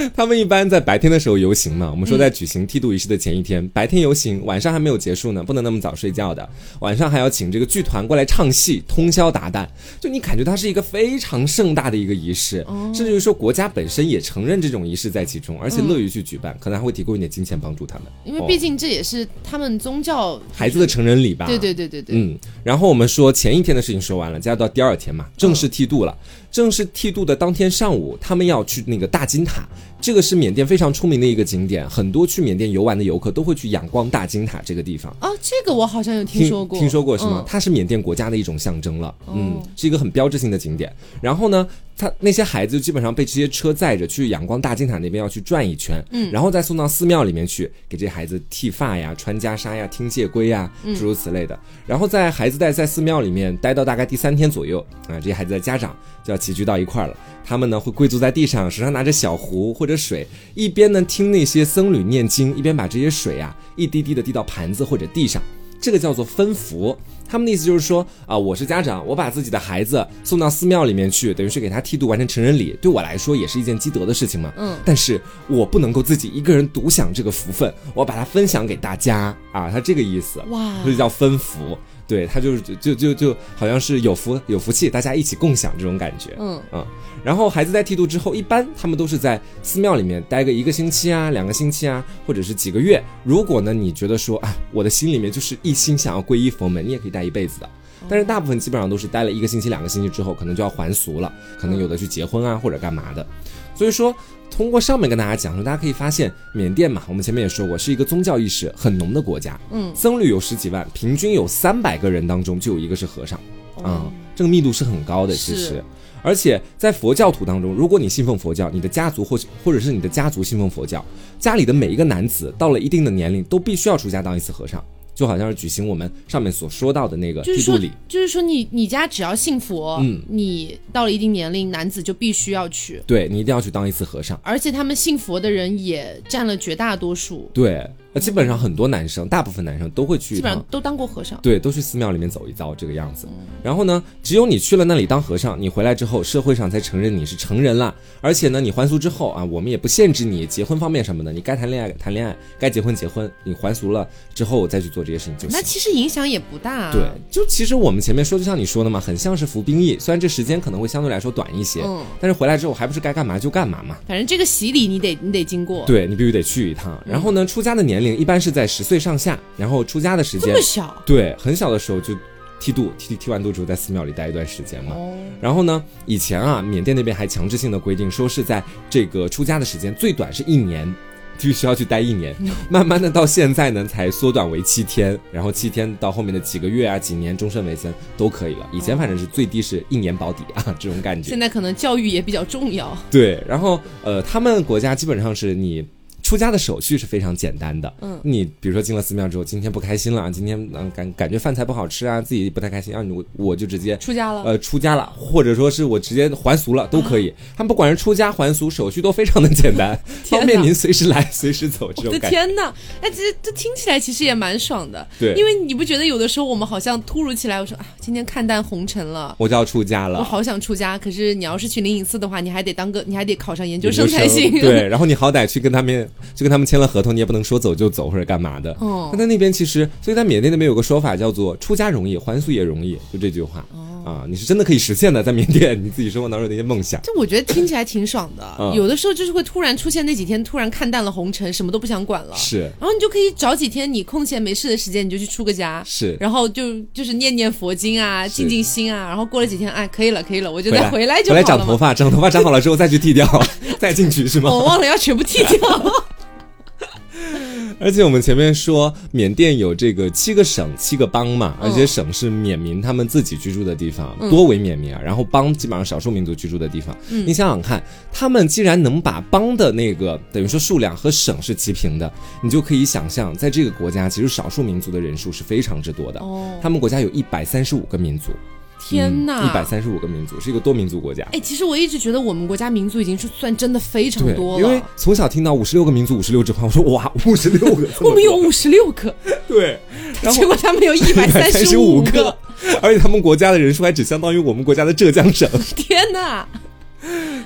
他们一般在白天的时候游行嘛，我们说在举行剃度仪式的前一天、嗯、白天游行，晚上还没有结束呢，不能那么早睡觉的，晚上还要请这个剧团过来唱戏，通宵达旦，就你感觉它是一个非常盛大的一个仪式、哦、甚至于说国家本身也承认这种仪式在其中，而且乐于去举办、嗯、可能还会提供一点金钱帮助他们， 因为毕竟这也是他们宗教、就是、 孩子的成人礼吧。 对对对对对。 嗯，然后我们说前一天的事情说完了，接下来到第二天嘛，正式剃度了、嗯、正式剃度的当天上午，他们要去那个大金塔，这个是缅甸非常出名的一个景点，很多去缅甸游玩的游客都会去仰光大金塔这个地方。 哦，这个我好像有听说过。 听, 听说过是吗、嗯、它是缅甸国家的一种象征了、哦、嗯，是一个很标志性的景点。然后呢，他那些孩子就基本上被这些车载着去仰光大金塔那边要去转一圈，嗯，然后再送到寺庙里面去给这些孩子剃发呀、穿袈裟呀、听戒规呀，诸如此类的、嗯、然后在孩子待在寺庙里面待到大概第三天左右啊，这些孩子的家长就要齐聚到一块了，他们呢会跪坐在地上，手上拿着小壶或者水，一边呢听那些僧侣念经，一边把这些水啊一滴滴的滴到盘子或者地上，这个叫做分福。他们的意思就是说啊、呃，我是家长，我把自己的孩子送到寺庙里面去，等于是给他剃度完成成人礼，对我来说也是一件积德的事情嘛。嗯，但是我不能够自己一个人独享这个福分，我要把它分享给大家啊，他这个意思。哇，这就叫分福。对，他就是就就就好像是有福有福气，大家一起共享这种感觉。嗯嗯，然后孩子在剃度之后，一般他们都是在寺庙里面待个一个星期啊、两个星期啊，或者是几个月。如果呢，你觉得说啊，我的心里面就是一心想要皈依佛门，你也可以待一辈子的。但是大部分基本上都是待了一个星期、两个星期之后，可能就要还俗了，可能有的去结婚啊或者干嘛的。所以说，通过上面跟大家讲说，大家可以发现缅甸嘛，我们前面也说过，是一个宗教意识很浓的国家。嗯，僧侣有十几万，平均有三百个人当中就有一个是和尚。啊、嗯，这个密度是很高的，其实。而且在佛教徒当中，如果你信奉佛教，你的家族或或者是你的家族信奉佛教，家里的每一个男子到了一定的年龄，都必须要出家当一次和尚。就好像是举行我们上面所说到的那个剃度礼， 就是说你你家只要信佛，嗯，你到了一定年龄，男子就必须要去， 对，你一定要去当一次和尚， 而且他们信佛的人也占了绝大多数， 对。基本上很多男生，大部分男生都会去， 基本上都当过和尚， 对，都去寺庙里面走一遭这个样子。嗯、然后呢，只有你去了那里当和尚，你回来之后，社会上才承认你是成人了。而且呢，你还俗之后啊，我们也不限制你结婚方面什么的，你该谈恋爱谈恋爱，该结婚结婚，你还俗了之后再去做这些事情就行。 那其实影响也不大、啊。 对，就其实我们前面说，就像你说的嘛，很像是服兵役，虽然这时间可能会相对来说短一些，嗯，但是回来之后还不是该干嘛就干嘛嘛。 反正这个洗礼你得你得经过， 对你必须得去一趟。然后呢，出家的年龄一般是在十岁上下，然后出家的时间这么小， 对，很小的时候就剃度，剃剃完度之后在寺庙里待一段时间嘛。哦、然后呢，以前啊，缅甸那边还强制性的规定说是在这个出家的时间最短是一年。必须要去待一年，慢慢的到现在呢才缩短为七天，然后七天到后面的几个月啊、几年、终身为僧都可以了。以前反正是最低是一年保底啊，这种感觉。 现在可能教育也比较重要。 对，然后呃，他们国家基本上是你出家的手续是非常简单的，嗯，你比如说进了寺庙之后，今天不开心了，今天嗯感感觉饭菜不好吃啊，自己不太开心啊，我我就直接出家了， 呃，出家了，或者说是我直接还俗了都可以。啊、他们不管是出家还俗，手续都非常的简单，方便您随时来随时走这种感觉。 我的天哪，哎，这这听起来其实也蛮爽的， 对， 因为你不觉得有的时候我们好像突如其来，我说啊，今天看淡红尘了， 我就要出家了， 我好想出家，可是你要是去灵隐寺的话，你还得当个，你还得考上研究生才行， 对，然后你好歹去跟他们去跟他们签了合同，你也不能说走就走或者干嘛的。哦，那在那边其实，所以在缅甸那边有个说法叫做出家容易，还俗也容易，就这句话。哦啊，你是真的可以实现的，在缅甸你自己生活当中的一些梦想。 这我觉得听起来挺爽的。嗯、有的时候就是会突然出现那几天，突然看淡了红尘，什么都不想管了。 是， 然后你就可以找几天你空闲没事的时间，你就去出个家。 是， 然后就就是念念佛经啊，静静心啊，然后过了几天，哎，可以了，可以了，我就再回来就好了。 回来长头发，长头发长好了之后再去剃掉，再进去是吗？ 我忘了要全部剃掉。 而且我们前面说缅甸有这个七个省七个邦嘛，而且省是缅民他们自己居住的地方，嗯、多为缅民啊，然后邦基本上少数民族居住的地方。嗯、你想想看，他们既然能把邦的那个等于说数量和省是齐平的，你就可以想象在这个国家其实少数民族的人数是非常之多的。哦、他们国家有一百三十五个民族。 天哪， 一百三十五个民族，是一个多民族国家。 哎，其实我一直觉得我们国家民族已经是算真的非常多了， 因为从小听到五十六个民族五十六枝花，我说哇，五十六个， 我们有五十六个， 对，然后结果他们有一百三十五个， 而且他们国家的人数还只相当于我们国家的浙江省。 天哪！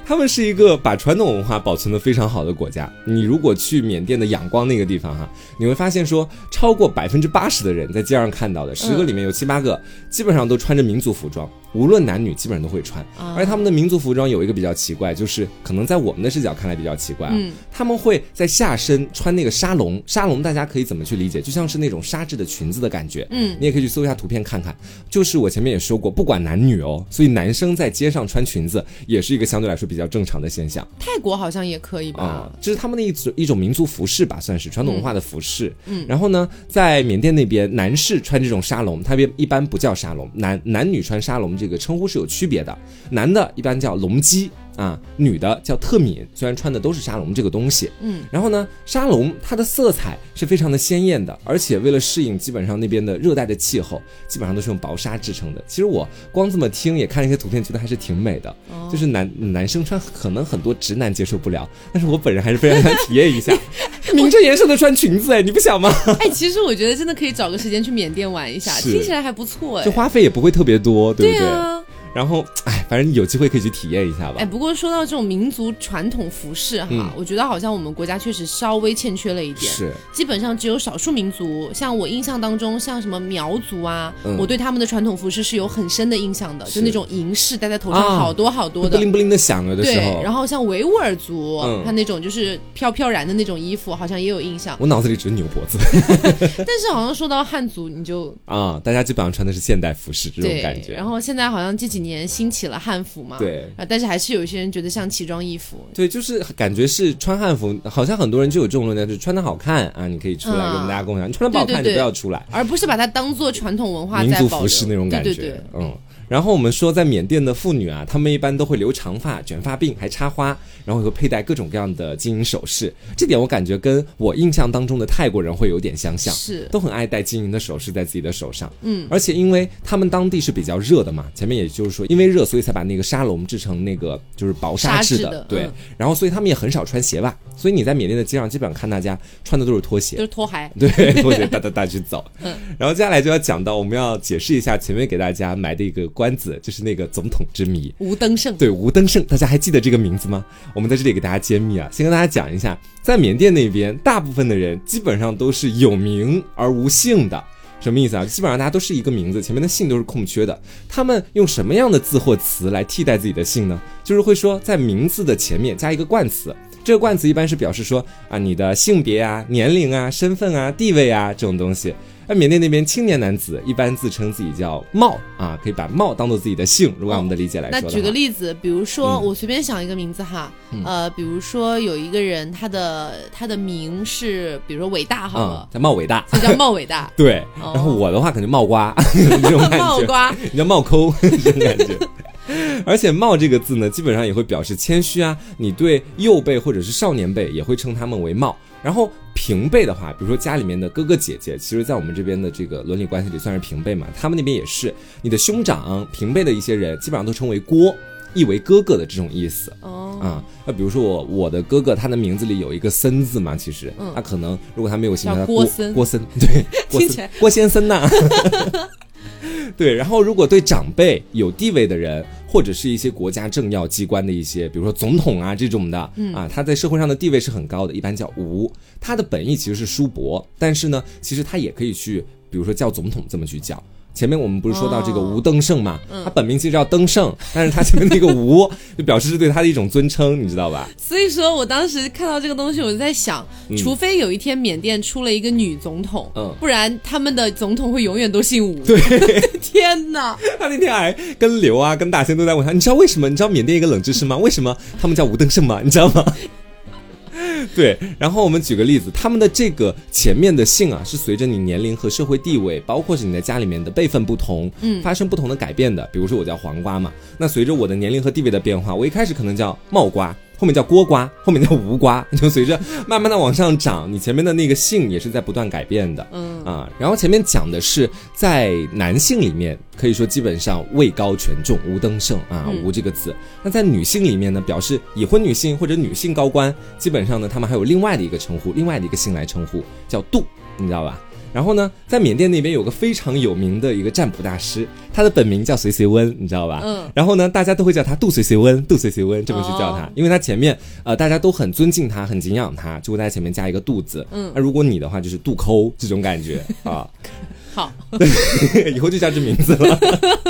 他们是一个把传统文化保存得非常好的国家。你如果去缅甸的仰光那个地方哈，你会发现说超过百分之八十的人在街上看到的十个里面有七八个基本上都穿着民族服装，无论男女基本上都会穿。而且他们的民族服装有一个比较奇怪，就是可能在我们的视角看来比较奇怪啊，嗯、他们会在下身穿那个纱笼，纱笼大家可以怎么去理解？就像是那种纱质的裙子的感觉。嗯，你也可以去搜一下图片看看。就是我前面也说过，不管男女哦，所以男生在街上穿裙子也是一个相对来说比较正常的现象。 泰国好像也可以吧？啊、 嗯，这是他们的一种一种民族服饰吧，算是传统文化的服饰。嗯，然后呢，在缅甸那边，男士穿这种纱笼，他们一般不叫纱笼，男男女穿纱笼这个称呼是有区别的。男的一般叫笼基。啊，女的叫特敏，虽然穿的都是纱笼这个东西，嗯，然后呢，纱笼它的色彩是非常的鲜艳的，而且为了适应基本上那边的热带的气候，基本上都是用薄纱制成的。其实我光这么听也看了一些图片，觉得还是挺美的。哦、就是男男生穿，可能很多直男接受不了，但是我本人还是非常想体验一下，名正言顺的穿裙子，哎，你不想吗？ 哎，其实我觉得真的可以找个时间去缅甸玩一下，听起来还不错哎， 就花费也不会特别多，对不对？ 对啊。 然后，哎，反正有机会可以去体验一下吧。 哎，不过说到这种民族传统服饰哈、嗯，我觉得好像我们国家确实稍微欠缺了一点。 是， 基本上只有少数民族，像我印象当中，像什么苗族啊、嗯，我对他们的传统服饰是有很深的印象的，就那种银饰戴在头上好多好多的， 不灵不灵的响了的时候。 对，然后像维吾尔族，嗯、他那种就是飘飘然的那种衣服，好像也有印象。 我脑子里只是扭脖子。 但是好像说到汉族，你就啊，大家基本上穿的是现代服饰这种感觉。 然后现在好像这几年兴起了汉服嘛， 对、 啊，但是还是有一些人觉得像奇装异服， 对，就是感觉是穿汉服，好像很多人就有这种论调，就是穿得好看啊，你可以出来跟大家共享；嗯、你穿得不好看，你不要出来， 而不是把它当做传统文化在民族服饰那种感觉， 对对对， 嗯。然后我们说，在缅甸的妇女啊，她们一般都会留长发、卷发鬓，还插花，然后会佩戴各种各样的金银首饰。这点我感觉跟我印象当中的泰国人会有点相像， 是都很爱戴金银的首饰在自己的手上。嗯，而且因为他们当地是比较热的嘛，前面也就是说，因为热，所以才把那个纱笼制成那个就是薄纱制的，对、嗯。然后所以他们也很少穿鞋袜，所以你在缅甸的街上基本上看大家穿的都是拖鞋， 就是拖鞋， 对，拖鞋哒哒哒去走。嗯，然后接下来就要讲到，我们要解释一下前面给大家埋的一个关子，就是那个总统之谜吴登盛。 对，吴登盛，大家还记得这个名字吗？我们在这里给大家揭秘啊，先跟大家讲一下，在缅甸那边，大部分的人基本上都是有名而无姓的。什么意思啊？基本上大家都是一个名字，前面的姓都是空缺的。他们用什么样的字或词来替代自己的姓呢？就是会说在名字的前面加一个冠词。这个冠词一般是表示说啊，你的性别啊、年龄啊、身份啊、地位啊这种东西。而缅甸那边青年男子一般自称自己叫茂啊，可以把茂当做自己的姓，如果按我们的理解来说的话、哦、 那举个例子，比如说、嗯、我随便想一个名字哈、嗯、呃，比如说有一个人他的他的名是比如说伟大好了、 嗯、叫茂伟大， 就叫茂伟大对、哦、然后我的话可能茂瓜这种感觉茂瓜你叫茂抠这种感觉而且茂这个字呢基本上也会表示谦虚啊，你对幼辈或者是少年辈也会称他们为茂。然后平辈的话，比如说家里面的哥哥姐姐，其实在我们这边的这个伦理关系里算是平辈嘛，他们那边也是你的兄长平辈的一些人基本上都称为郭，意为哥哥的这种意思。哦，啊，那比如说我我的哥哥，他的名字里有一个森字嘛，其实、嗯、他可能如果他没有姓，他郭森， 郭森，对，郭森，郭先生呐。对，然后如果对长辈有地位的人，或者是一些国家政要机关的一些，比如说总统啊这种的、嗯、啊，他在社会上的地位是很高的，一般叫吴。他的本意其实是叔伯，但是呢，其实他也可以去，比如说叫总统这么去叫。前面我们不是说到这个吴登盛嘛、哦、他本名其实叫登盛、嗯、但是他前面那个吴就表示是对他的一种尊称，你知道吧？ 所以说我当时看到这个东西我就在想、嗯、除非有一天缅甸出了一个女总统、嗯、不然他们的总统会永远都姓吴。 对天哪， 他那天还跟刘啊跟大仙都在问他，你知道为什么？你知道缅甸一个冷知识吗？为什么他们叫吴登盛吗？你知道吗？对，然后我们举个例子，他们的这个前面的姓啊，是随着你年龄和社会地位，包括是你在家里面的辈分不同，嗯，发生不同的改变的。比如说我叫黄瓜嘛，那随着我的年龄和地位的变化，我一开始可能叫茂瓜，后面叫郭瓜，后面叫吴瓜，就随着慢慢的往上涨，你前面的那个姓也是在不断改变的，嗯啊。然后前面讲的是在男性里面，可以说基本上位高权重，吴登盛啊，嗯、吴这个字。那在女性里面呢，表示已婚女性或者女性高官，基本上呢，他们还有另外的一个称呼，另外的一个姓来称呼，叫杜，你知道吧？ 然后呢，在缅甸那边有个非常有名的一个占卜大师，他的本名叫随随温，你知道吧？嗯。然后呢，大家都会叫他杜随随温，杜随随温这么去叫他，哦、因为他前面呃大家都很尊敬他，很敬仰他，就会在前面加一个杜字。嗯。那如果你的话就是杜抠这种感觉啊。 好， 以后就叫这名字了。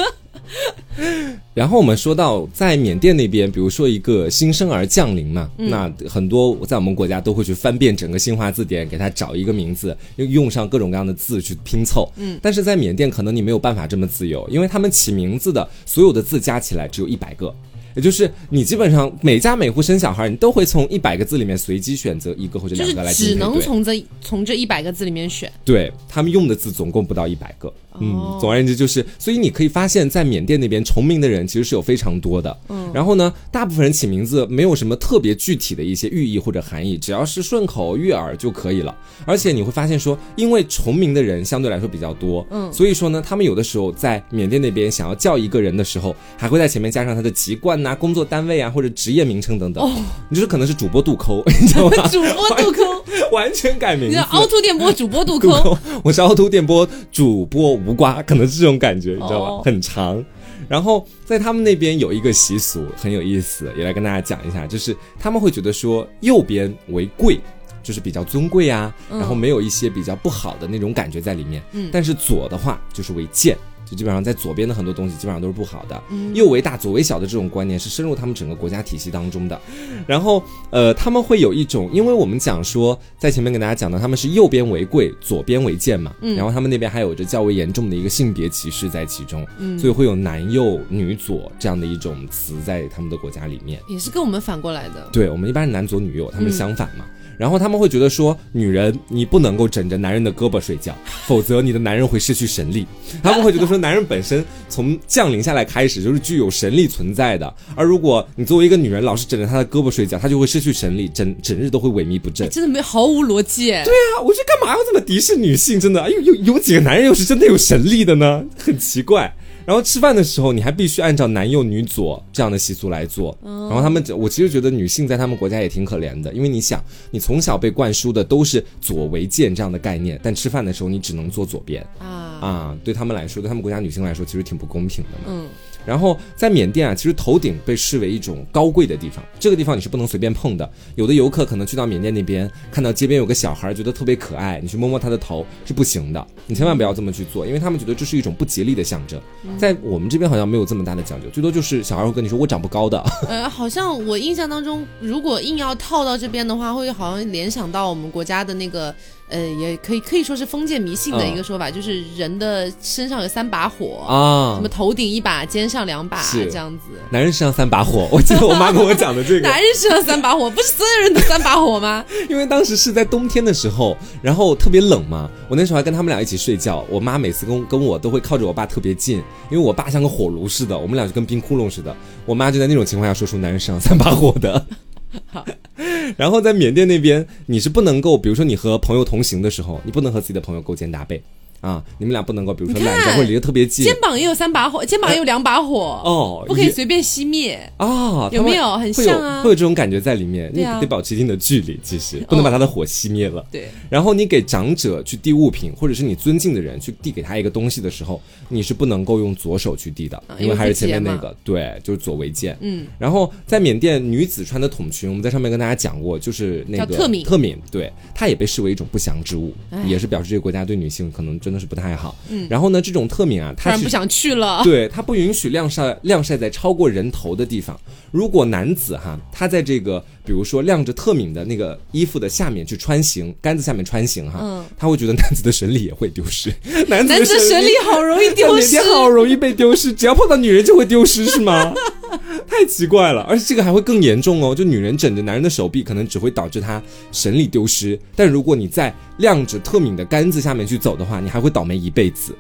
然后我们说到在缅甸那边，比如说一个新生儿降临嘛、嗯、那很多在我们国家都会去翻遍整个新华字典，给他找一个名字，用上各种各样的字去拼凑。嗯，但是在缅甸可能你没有办法这么自由，因为他们起名字的所有的字加起来只有一百个。也就是你基本上每家每户生小孩，你都会从一百个字里面随机选择一个或者两个来进行配对， 就是只能从这从这一百个字里面选。 对，他们用的字总共不到一百个。嗯，总而言之就是，所以你可以发现在缅甸那边重名的人其实是有非常多的。嗯，然后呢，大部分人起名字没有什么特别具体的一些寓意或者含义，只要是顺口悦耳就可以了。而且你会发现说，因为重名的人相对来说比较多，嗯，所以说呢，他们有的时候在缅甸那边想要叫一个人的时候，还会在前面加上他的籍贯啊、工作单位啊或者职业名称等等。哦，你就是可能是主播杜抠，你知道吗？ 主播杜抠， 完全改名字。 你是凹凸电波主播杜抠， 我是凹凸电波主播无瓜，可能是这种感觉，你知道吧？哦、很长。然后在他们那边有一个习俗很有意思，也来跟大家讲一下，就是他们会觉得说右边为贵，就是比较尊贵啊，嗯、然后没有一些比较不好的那种感觉在里面。嗯，但是左的话就是为贱。就基本上在左边的很多东西基本上都是不好的，嗯、右为大左为小的这种观念是深入他们整个国家体系当中的。然后呃他们会有一种，因为我们讲说在前面跟大家讲到他们是右边为贵左边为贱嘛，嗯、然后他们那边还有着较为严重的一个性别歧视在其中，嗯、所以会有男右女左这样的一种词在他们的国家里面， 也是跟我们反过来的。 对，我们一般是男左女右，他们是相反嘛。嗯，然后他们会觉得说，女人你不能够枕着男人的胳膊睡觉，否则你的男人会失去神力。他们会觉得说，男人本身从降临下来开始就是具有神力存在的，而如果你作为一个女人老是枕着他的胳膊睡觉，他就会失去神力，整整日都会萎靡不振。 真的没毫无逻辑。对啊，我说干嘛要这么敌视女性？真的，哎呦，有有几个男人又是真的有神力的呢？很奇怪。然后吃饭的时候你还必须按照男右女左这样的习俗来做，然后他们我其实觉得女性在他们国家也挺可怜的，因为你想你从小被灌输的都是左为贱这样的概念，但吃饭的时候你只能坐左边啊啊，对他们来说，对他们国家女性来说其实挺不公平的嘛。嗯，然后在缅甸啊，其实头顶被视为一种高贵的地方，这个地方你是不能随便碰的。有的游客可能去到缅甸那边，看到街边有个小孩觉得特别可爱，你去摸摸他的头是不行的，你千万不要这么去做，因为他们觉得这是一种不吉利的象征。在我们这边好像没有这么大的讲究，最多就是小孩会跟你说我长不高的。 呃，好像我印象当中，如果硬要套到这边的话，会好像联想到我们国家的那个。呃，也可以可以说是封建迷信的一个说法，嗯、就是人的身上有三把火啊，什么头顶一把，肩上两把，这样子。 男人身上三把火，我记得我妈跟我讲的这个。 男人身上三把火，不是所有人都三把火吗？ 因为当时是在冬天的时候，然后特别冷嘛，我那时候还跟他们俩一起睡觉，我妈每次跟跟我都会靠着我爸特别近，因为我爸像个火炉似的，我们俩就跟冰窟窿似的。我妈就在那种情况下说出男人身上三把火的。好，然后在缅甸那边，你是不能够，比如说你和朋友同行的时候，你不能和自己的朋友勾肩搭背啊，你们俩不能够，比如说懒着或者离得特别近， 肩膀也有三把火，肩膀也有两把火哦，不可以随便熄灭啊， 有没有很像啊？ 会有这种感觉在里面，你得保持一定的距离，其实不能把他的火熄灭了。对，然后你给长者去递物品，或者是你尊敬的人去递给他一个东西的时候，你是不能够用左手去递的，因为还是前面那个，对，就是左为贱。嗯，然后在缅甸女子穿的筒裙，我们在上面跟大家讲过，就是那个特敏， 特敏，对，它也被视为一种不祥之物，也是表示这个国家对女性可能真的是不太好。嗯，然后呢，这种特敏啊，它突然不想去了， 对，它不允许晾晒晾晒在超过人头的地方。如果男子哈，他在这个比如说晾着特敏的那个衣服的下面去穿行，杆子下面穿行哈，嗯、他会觉得男子的神力也会丢失。男子的神 力, 神力好容易丢失， 好容易被丢失，只要碰到女人就会丢失，是吗？太奇怪了，而且这个还会更严重哦，就女人枕着男人的手臂，可能只会导致他神力丢失，但如果你在晾着特敏的杆子下面去走的话，你还会倒霉一辈子。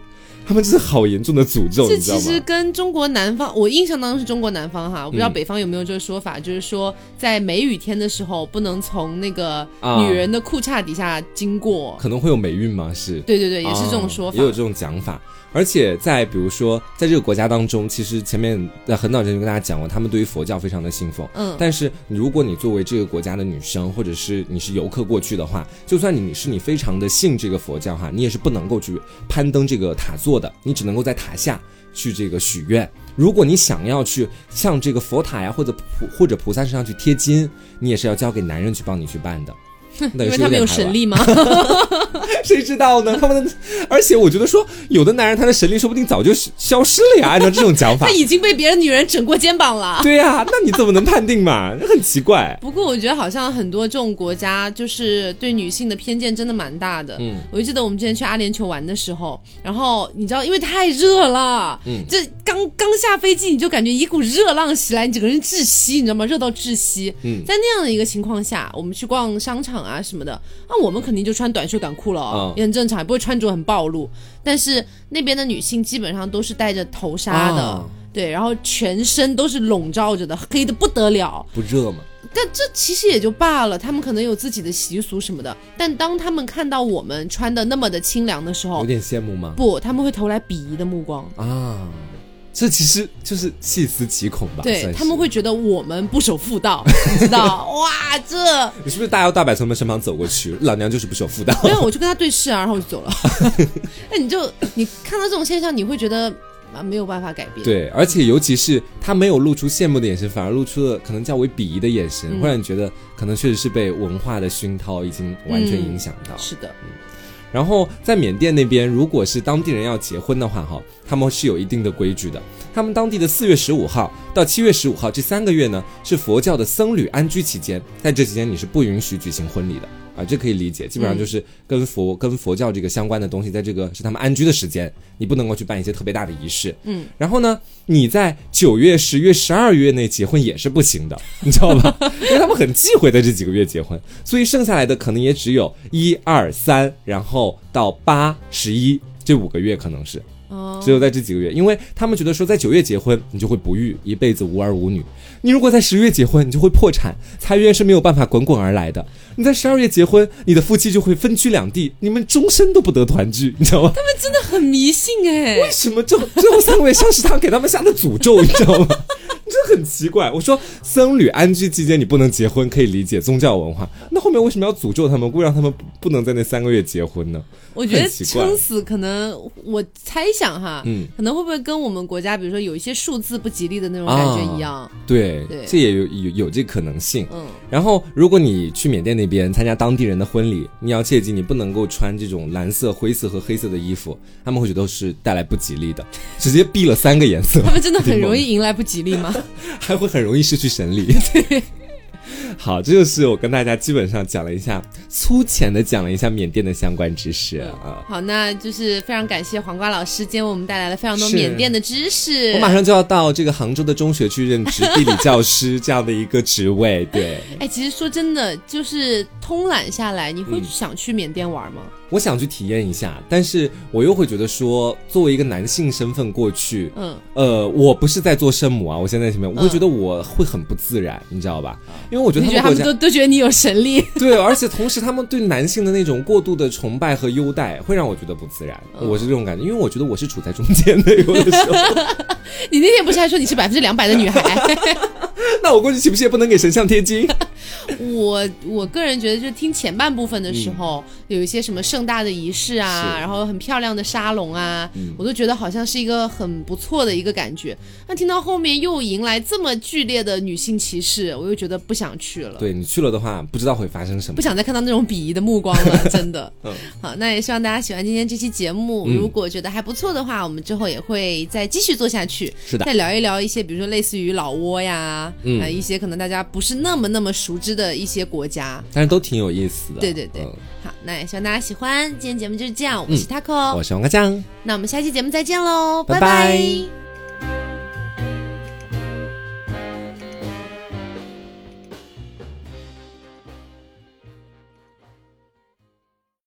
他们这是好严重的诅咒， 这你知道吗？ 其实跟中国南方，我印象当中是中国南方哈，我不知道北方有没有这个说法，嗯、就是说在梅雨天的时候不能从那个女人的裤衩底下经过， 啊、可能会有霉运吗？是， 对对对，也是这种说法， 啊、也有这种讲法。而且在比如说在这个国家当中，其实前面在很早之前就跟大家讲过，他们对于佛教非常的信奉。嗯，但是如果你作为这个国家的女生，或者是你是游客过去的话，就算你是你非常的信这个佛教哈，你也是不能够去攀登这个塔座的，你只能够在塔下去这个许愿。如果你想要去向这个佛塔呀或者或者菩萨身上去贴金，你也是要交给男人去帮你去办的。 因为他们有神力吗？ 谁知道呢？他们，而且我觉得说，有的男人他的神力说不定早就消失了呀。按照这种讲法， 他已经被别的女人整过肩膀了。 对呀、啊，那你怎么能判定嘛？很奇怪。 不过我觉得好像很多这种国家就是对女性的偏见真的蛮大的。嗯，我就记得我们之前去阿联酋玩的时候，然后你知道，因为太热了，嗯，这刚刚下飞机你就感觉一股热浪袭来，你整个人窒息，你知道吗？热到窒息。嗯，在那样的一个情况下，我们去逛商场啊什么的，那我们肯定就穿短袖短裤了、哦嗯、也很正常，也不会穿着很暴露。但是那边的女性基本上都是戴着头纱的、哦、对，然后全身都是笼罩着的，黑的不得了。 不热吗？ 但这其实也就罢了，他们可能有自己的习俗什么的，但当他们看到我们穿的那么的清凉的时候， 有点羡慕吗？ 不，他们会投来鄙夷的目光啊。这其实就是细思极恐吧？ 对，他们会觉得我们不守妇道，你知道？哇，这你是不是大摇大摆从他们身旁走过去？老娘就是不守妇道。 没有，我就跟他对视啊，然后我就走了。那你就你看到这种现象，你会觉得啊没有办法改变。 对，而且尤其是他没有露出羡慕的眼神，反而露出了可能较为鄙夷的眼神，嗯、会让你觉得可能确实是被文化的熏陶已经完全影响到。 嗯、是的。 嗯，然后在缅甸那边，如果是当地人要结婚的话，哈，他们是有一定的规矩的。他们当地的四月十五号到七月十五号这三个月呢，是佛教的僧侣安居期间，在这期间你是不允许举行婚礼的啊，这可以理解，基本上就是跟佛、嗯、跟佛教这个相关的东西，在这个是他们安居的时间，你不能够去办一些特别大的仪式。嗯，然后呢，你在九月、十月、十二月内结婚也是不行的，你知道吧？因为他们很忌讳在这几个月结婚，所以剩下来的可能也只有一二三，然后到八、十一这五个月可能是。只有在这几个月，因为他们觉得说在九月结婚你就会不育，一辈子无儿无女，你如果在十月结婚你就会破产，财源是没有办法滚滚而来的，你在十二月结婚你的夫妻就会分居两地，你们终身都不得团聚，你知道吗？ 他们真的很迷信哎， 为什么最最后三个月像是他给他们下的诅咒，你知道吗？这很奇怪。我说僧侣安居期间你不能结婚可以理解，宗教文化，那后面为什么要诅咒他们，故意让他们不能在那三个月结婚呢？ 我觉得撑死可能我猜想哈，嗯，可能会不会跟我们国家比如说有一些数字不吉利的那种感觉一样、啊、 对, 对这也有有有这可能性。嗯，然后如果你去缅甸那边参加当地人的婚礼，你要切记你不能够穿这种蓝色、灰色和黑色的衣服，他们会觉得是带来不吉利的，直接避了三个颜色。 他们真的很容易迎来不吉利吗？ 还会很容易失去神力。对，好，这就是我跟大家基本上讲了一下，粗浅的讲了一下缅甸的相关知识、嗯、啊。 好，那就是非常感谢黄瓜老师今天为我们带来了非常多缅甸的知识。 我马上就要到这个杭州的中学去任职地理教师这样的一个职位。对， 哎，其实说真的，就是通览下来，你会想去缅甸玩吗？嗯， 我想去体验一下，但是我又会觉得说，作为一个男性身份过去，嗯，呃，我不是在做圣母啊，我现在前面，我会觉得我会很不自然，嗯、你知道吧？因为我觉得他们国家你觉得他们都都觉得你有神力， 对，而且同时他们对男性的那种过度的崇拜和优待，会让我觉得不自然。嗯、我是这种感觉，因为我觉得我是处在中间的，有的时候。 你那天不是还说你是百分之两百的女孩？ 那我过去岂不是也不能给神像贴金？ 我我个人觉得，就听前半部分的时候，嗯、有一些什么盛大的仪式啊，然后很漂亮的沙龙啊，嗯、我都觉得好像是一个很不错的一个感觉。那听到后面又迎来这么剧烈的女性歧视，我又觉得不想去了。 对，你去了的话，不知道会发生什么， 不想再看到那种鄙夷的目光了，真的。嗯，好，那也希望大家喜欢今天这期节目。嗯、如果觉得还不错的话，我们之后也会再继续做下去。 是的， 再聊一聊一些，比如说类似于老挝呀，嗯、呃，一些可能大家不是那么那么熟知的一些国家， 但是都挺有意思的。 对对对，嗯、好，那也希望大家喜欢。今天节目就是这样，我是 Taco，、 嗯、我是王哥酱， 那我们下期节目再见喽， 拜拜。 拜拜。